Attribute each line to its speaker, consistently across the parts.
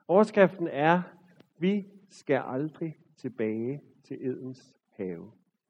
Speaker 1: Overskriften er, vi skal aldrig tilbage til Edens have.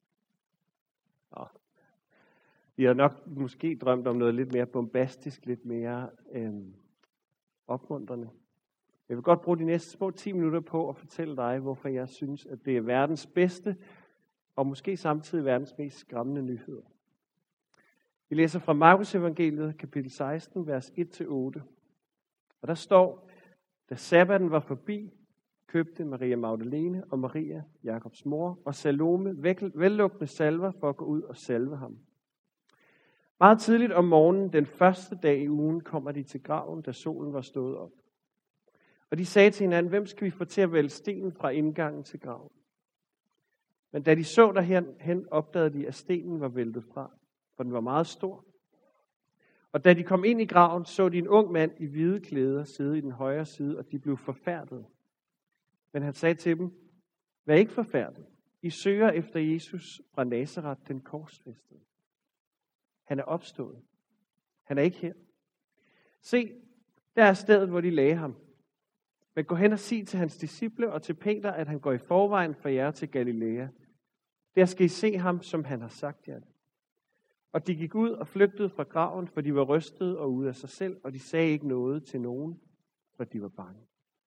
Speaker 1: Vi har nok måske drømt om noget lidt mere bombastisk, lidt mere opmuntrende. Jeg vil godt bruge de næste små 10 minutter på at fortælle dig, hvorfor jeg synes, at det er verdens bedste, og måske samtidig verdens mest skræmmende nyheder. Vi læser fra Markus evangeliet, kapitel 16, vers 1-8. Og der står, da sabbaten var forbi, købte Maria Magdalene og Maria, Jakobs mor, og Salome vellukkende salver for at gå ud og salve ham. Meget tidligt om morgenen, den første dag i ugen, kommer de til graven, da solen var stået op. Og de sagde til hinanden, hvem skal vi få til at vælge stenen fra indgangen til graven? Men da de så derhen, opdagede de, at stenen var væltet fra, for den var meget stor. Og da de kom ind i graven, så de en ung mand i hvide klæder sidde i den højre side, og de blev forfærdede. Men han sagde til dem, vær ikke forfærdet. I søger efter Jesus fra Nazaret, den korsfæstede. Han er opstået. Han er ikke her. Se, der er stedet, hvor de lagde ham. Men gå hen og sig til hans disciple og til Peter, at han går i forvejen for jer til Galilea. Der skal I se ham, som han har sagt jer. Og de gik ud og flygtede fra graven, for de var rystede og ude af sig selv, og de sagde ikke noget til nogen, for de var bange.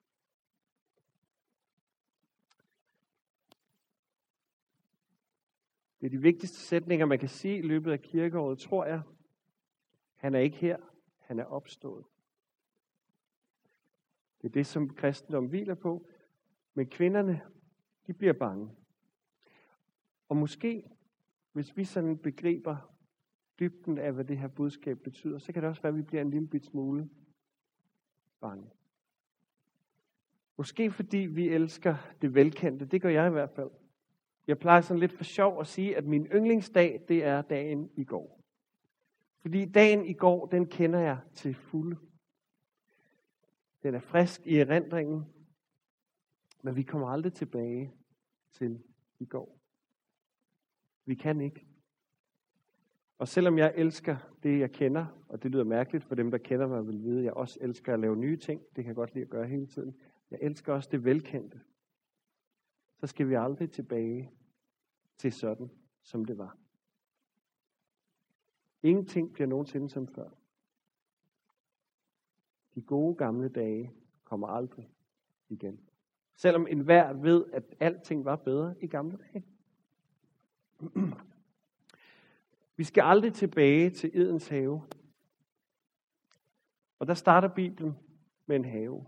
Speaker 1: Det er de vigtigste sætninger, man kan sige i løbet af kirkeåret, tror jeg. Han er ikke her, han er opstået. Det er det, som kristendom hviler på. Men kvinderne, de bliver bange. Og måske, hvis vi sådan begriber dybden af, hvad det her budskab betyder, så kan det også være, at vi bliver en lille bit smule bange. Måske fordi vi elsker det velkendte. Det gør jeg i hvert fald. Jeg plejer sådan lidt for sjov at sige, at min yndlingsdag, det er dagen i går. Fordi dagen i går, den kender jeg til fulde. Den er frisk i erindringen, men vi kommer aldrig tilbage til i går. Vi kan ikke. Og selvom jeg elsker det, jeg kender, og det lyder mærkeligt for dem, der kender mig, vil vide, at jeg også elsker at lave nye ting. Det kan jeg godt lide at gøre hele tiden. Jeg elsker også det velkendte. Så skal vi aldrig tilbage til sådan, som det var. Ingenting bliver nogensinde som før. De gode gamle dage kommer aldrig igen. Selvom enhver ved, at alting var bedre i gamle dage. Vi skal aldrig tilbage til Edens have. Og der starter Bibelen med en have.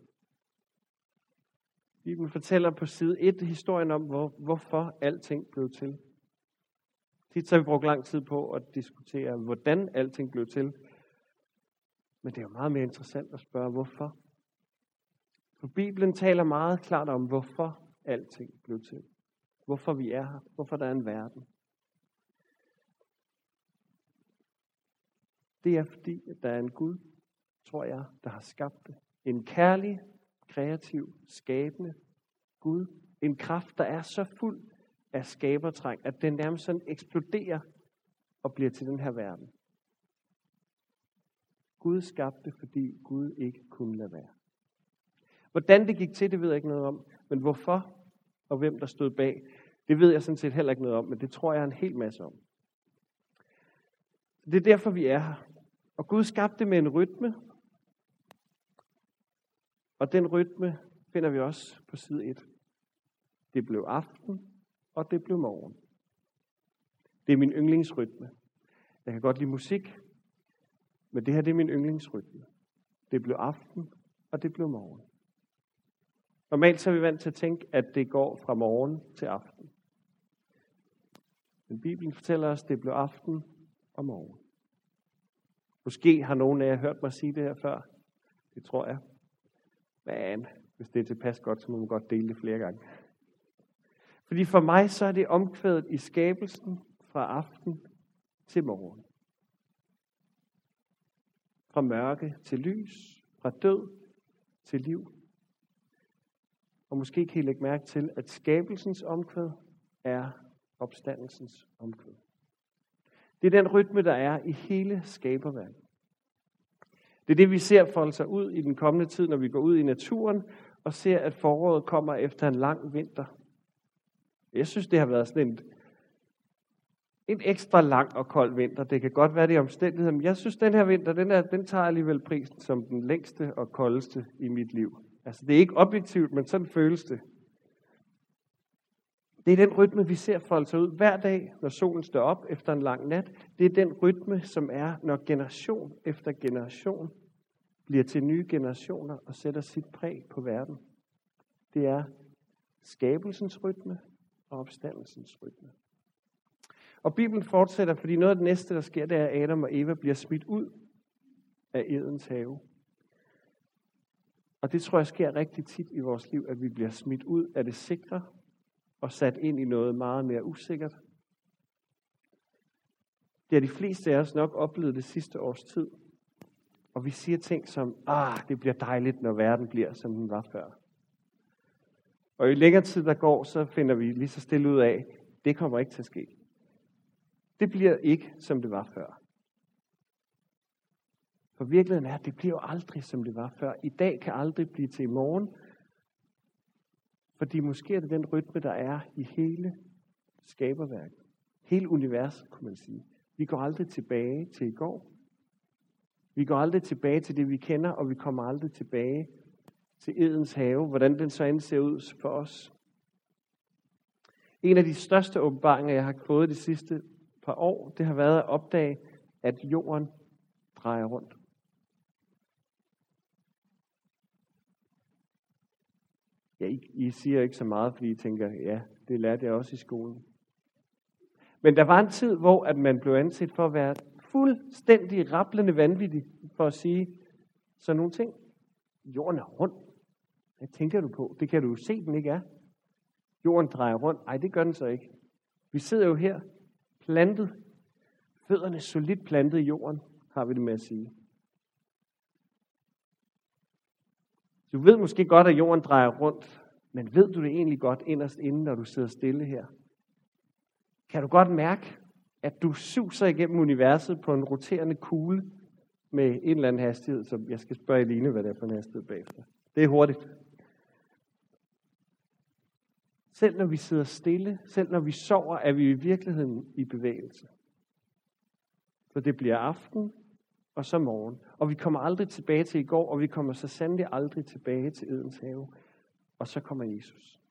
Speaker 1: Bibelen fortæller på side 1 historien om, hvorfor alting blev til. Tit har vi brugt lang tid på at diskutere, hvordan alting blev til. Men det er jo meget mere interessant at spørge, hvorfor. For Bibelen taler meget klart om, hvorfor alting blev til. Hvorfor vi er her. Hvorfor der er en verden. Det er fordi, at der er en Gud, tror jeg, der har skabt det. En kærlig, kreativ, skabende Gud. En kraft, der er så fuld af skabertræng, at den nærmest sådan eksploderer og bliver til den her verden. Gud skabte, fordi Gud ikke kunne lade være. Hvordan det gik til, det ved jeg ikke noget om. Men hvorfor og hvem der stod bag, det ved jeg sådan set heller ikke noget om. Men det tror jeg en hel masse om. Det er derfor, vi er her. Og Gud skabte med en rytme. Og den rytme finder vi også på side 1. Det blev aften, og det blev morgen. Det er min yndlingsrytme. Jeg kan godt lide musik, men det her det er min yndlingsrytme. Det blev aften, og det blev morgen. Normalt så er vi vant til at tænke, at det går fra morgen til aften. Men Bibelen fortæller os, at det blev aften og morgen. Måske har nogen af jer hørt mig sige det her før. Det tror jeg. Men hvis det er tilpas godt, så må man godt dele det flere gange. Fordi for mig så er det omkvædet i skabelsen fra aften til morgen. Fra mørke til lys, fra død til liv. Og måske kan I lægge mærke til, at skabelsens omkvæd er opstandelsens omkvæd. Det er den rytme, der er i hele skaberverdenen. Det er det, vi ser folde sig ud i den kommende tid, når vi går ud i naturen og ser, at foråret kommer efter en lang vinter. Jeg synes, det har været sådan en ekstra lang og kold vinter. Det kan godt være det omstændigheder, men jeg synes, den her vinter, den tager alligevel prisen som den længste og koldeste i mit liv. Altså, det er ikke objektivt, men sådan føles det. Det er den rytme, vi ser folde sig ud hver dag, når solen står op efter en lang nat. Det er den rytme, som er, når generation efter generation bliver til nye generationer og sætter sit præg på verden. Det er skabelsens rytme og opstandelsens rytme. Og Bibelen fortsætter, fordi noget af det næste, der sker, det er, at Adam og Eva bliver smidt ud af Edens have. Og det tror jeg sker rigtig tit i vores liv, at vi bliver smidt ud af det sikre og sat ind i noget meget mere usikkert. Det har de fleste af os nok oplevet det sidste års tid. Og vi siger ting som, det bliver dejligt, når verden bliver, som den var før. Og jo længere tid der går, så finder vi lige så stille ud af, det kommer ikke til at ske. Det bliver ikke, som det var før. For virkeligheden er, at det bliver jo aldrig, som det var før. I dag kan aldrig blive til i morgen. Fordi måske er det den rytme, der er i hele skaberværket. Hele universet, kunne man sige. Vi går aldrig tilbage til i går. Vi går aldrig tilbage til det, vi kender, og vi kommer aldrig tilbage til Edens have, hvordan den så end ser ud for os. En af de største åbenbaringer, jeg har fået de sidste par år, det har været at opdage, at jorden drejer rundt. Ja, I siger ikke så meget, fordi I tænker, ja, det lærte jeg også i skolen. Men der var en tid, hvor at man blev anset for at være fuldstændig rablende vanvittig, for at sige sådan nogle ting. Jorden er rund. Hvad tænker du på? Det kan du jo se, den ikke er. Jorden drejer rundt. Ej, det gør den så ikke. Vi sidder jo her, plantet, fødderne solidt plantet i jorden, har vi det med at sige. Du ved måske godt, at jorden drejer rundt, men ved du det egentlig godt inderst inde, når du sidder stille her? Kan du godt mærke, at du suser igennem universet på en roterende kugle med en eller anden hastighed, som jeg skal spørge Eline, hvad det er for en hastighed bagefter. Det er hurtigt. Selv når vi sidder stille, selv når vi sover, er vi i virkeligheden i bevægelse. For det bliver aften, og så morgen. Og vi kommer aldrig tilbage til i går, og vi kommer så sandelig aldrig tilbage til Edens have. Og så kommer Jesus.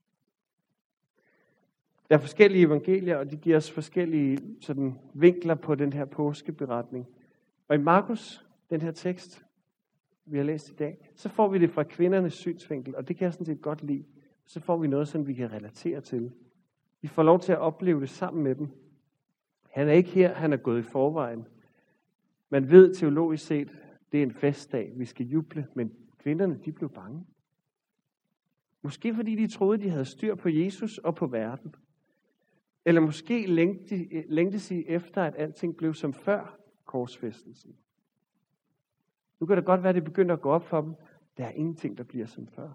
Speaker 1: Der er forskellige evangelier, og de giver os forskellige sådan, vinkler på den her påskeberetning. Og i Markus, den her tekst, vi har læst i dag, så får vi det fra kvindernes synsvinkel, og det kan jeg sådan set godt lide. Så får vi noget, som vi kan relatere til. Vi får lov til at opleve det sammen med dem. Han er ikke her, han er gået i forvejen. Man ved teologisk set, det er en festdag, vi skal juble, men kvinderne, de blev bange. Måske fordi de troede, de havde styr på Jesus og på verden. Eller måske længtes de efter, at alting blev som før korsfæstelsen. Nu kan det godt være, at det begynder at gå op for dem. Der er ingenting, der bliver som før.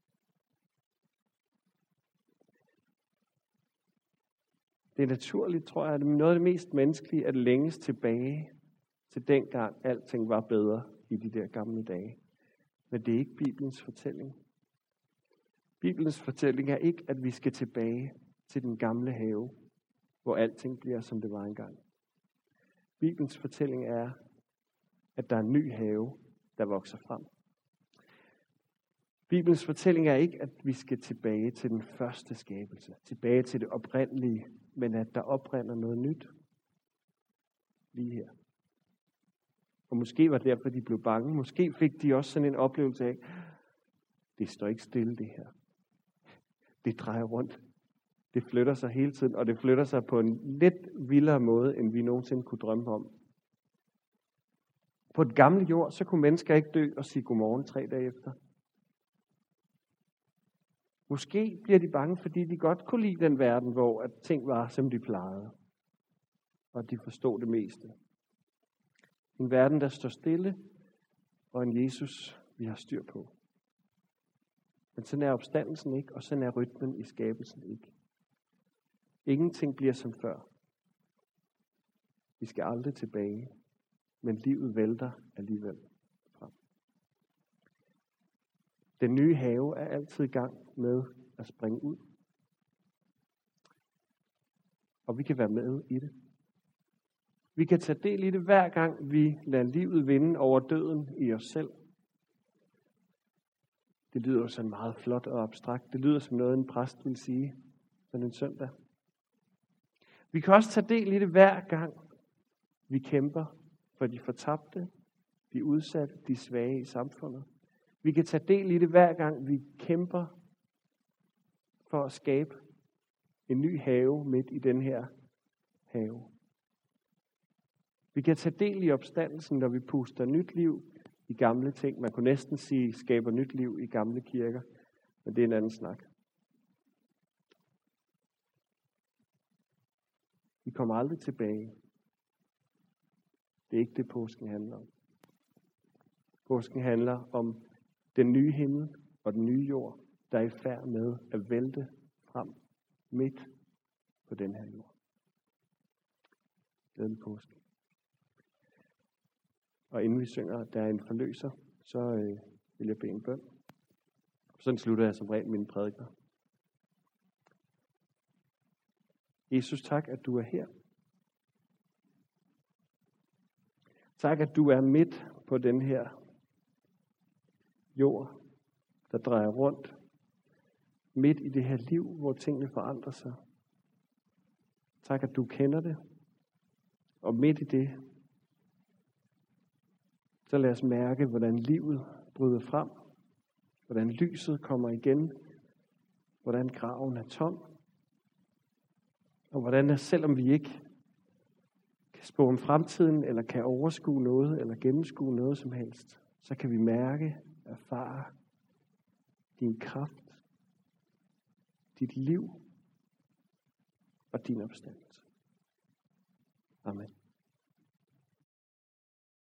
Speaker 1: Det er naturligt, tror jeg, at noget af det mest menneskelige at længes tilbage til dengang alting var bedre i de der gamle dage. Men det er ikke Bibelens fortælling. Bibelens fortælling er ikke, at vi skal tilbage til den gamle have, hvor alting bliver, som det var engang. Bibelens fortælling er, at der er en ny have, der vokser frem. Bibelens fortælling er ikke, at vi skal tilbage til den første skabelse, tilbage til det oprindelige, men at der oprinder noget nyt lige her. Og måske var det derfor, de blev bange. Måske fik de også sådan en oplevelse af, det står ikke stille det her. Det drejer rundt. Det flytter sig hele tiden, og det flytter sig på en lidt vildere måde, end vi nogensinde kunne drømme om. På den gamle jord, så kunne mennesker ikke dø og sige godmorgen 3 dage efter. Måske bliver de bange, fordi de godt kunne lide den verden, hvor at ting var, som de plejede. Og de forstod det meste. En verden, der står stille, og en Jesus, vi har styr på. Men sådan er opstandelsen ikke, og sådan er rytmen i skabelsen ikke. Ingenting bliver som før. Vi skal aldrig tilbage, men livet vælter alligevel frem. Den nye have er altid i gang med at springe ud. Og vi kan være med i det. Vi kan tage del i det hver gang vi lader livet vinde over døden i os selv. Det lyder jo sådan meget flot og abstrakt. Det lyder som noget, en præst vil sige sådan en søndag. Vi kan også tage del i det hver gang vi kæmper for de fortabte, de udsatte, de svage i samfundet. Vi kan tage del i det hver gang vi kæmper for at skabe en ny have midt i den her have. Vi kan tage del i opstandelsen, når vi puster nyt liv i gamle ting. Man kunne næsten sige, skaber nyt liv i gamle kirker, men det er en anden snak. Vi kommer aldrig tilbage. Det er ikke det, påsken handler om. Påsken handler om den nye himmel og den nye jord, der er i færd med at vælte frem midt på den her jord. Glædelig påske. Og inden vi synger, at der er en forløser, så vil jeg bede en bøn. Sådan slutter jeg som regel mine prædikener. Jesus, tak, at du er her. Tak, at du er midt på den her jord, der drejer rundt. Midt i det her liv, hvor tingene forandrer sig. Tak, at du kender det. Og midt i det, så lad os mærke, hvordan livet bryder frem. Hvordan lyset kommer igen. Hvordan graven er tom. Og hvordan, selvom vi ikke kan spå om fremtiden, eller kan overskue noget, eller gennemskue noget som helst, så kan vi mærke, erfare din kraft, dit liv og din opstandelse. Amen.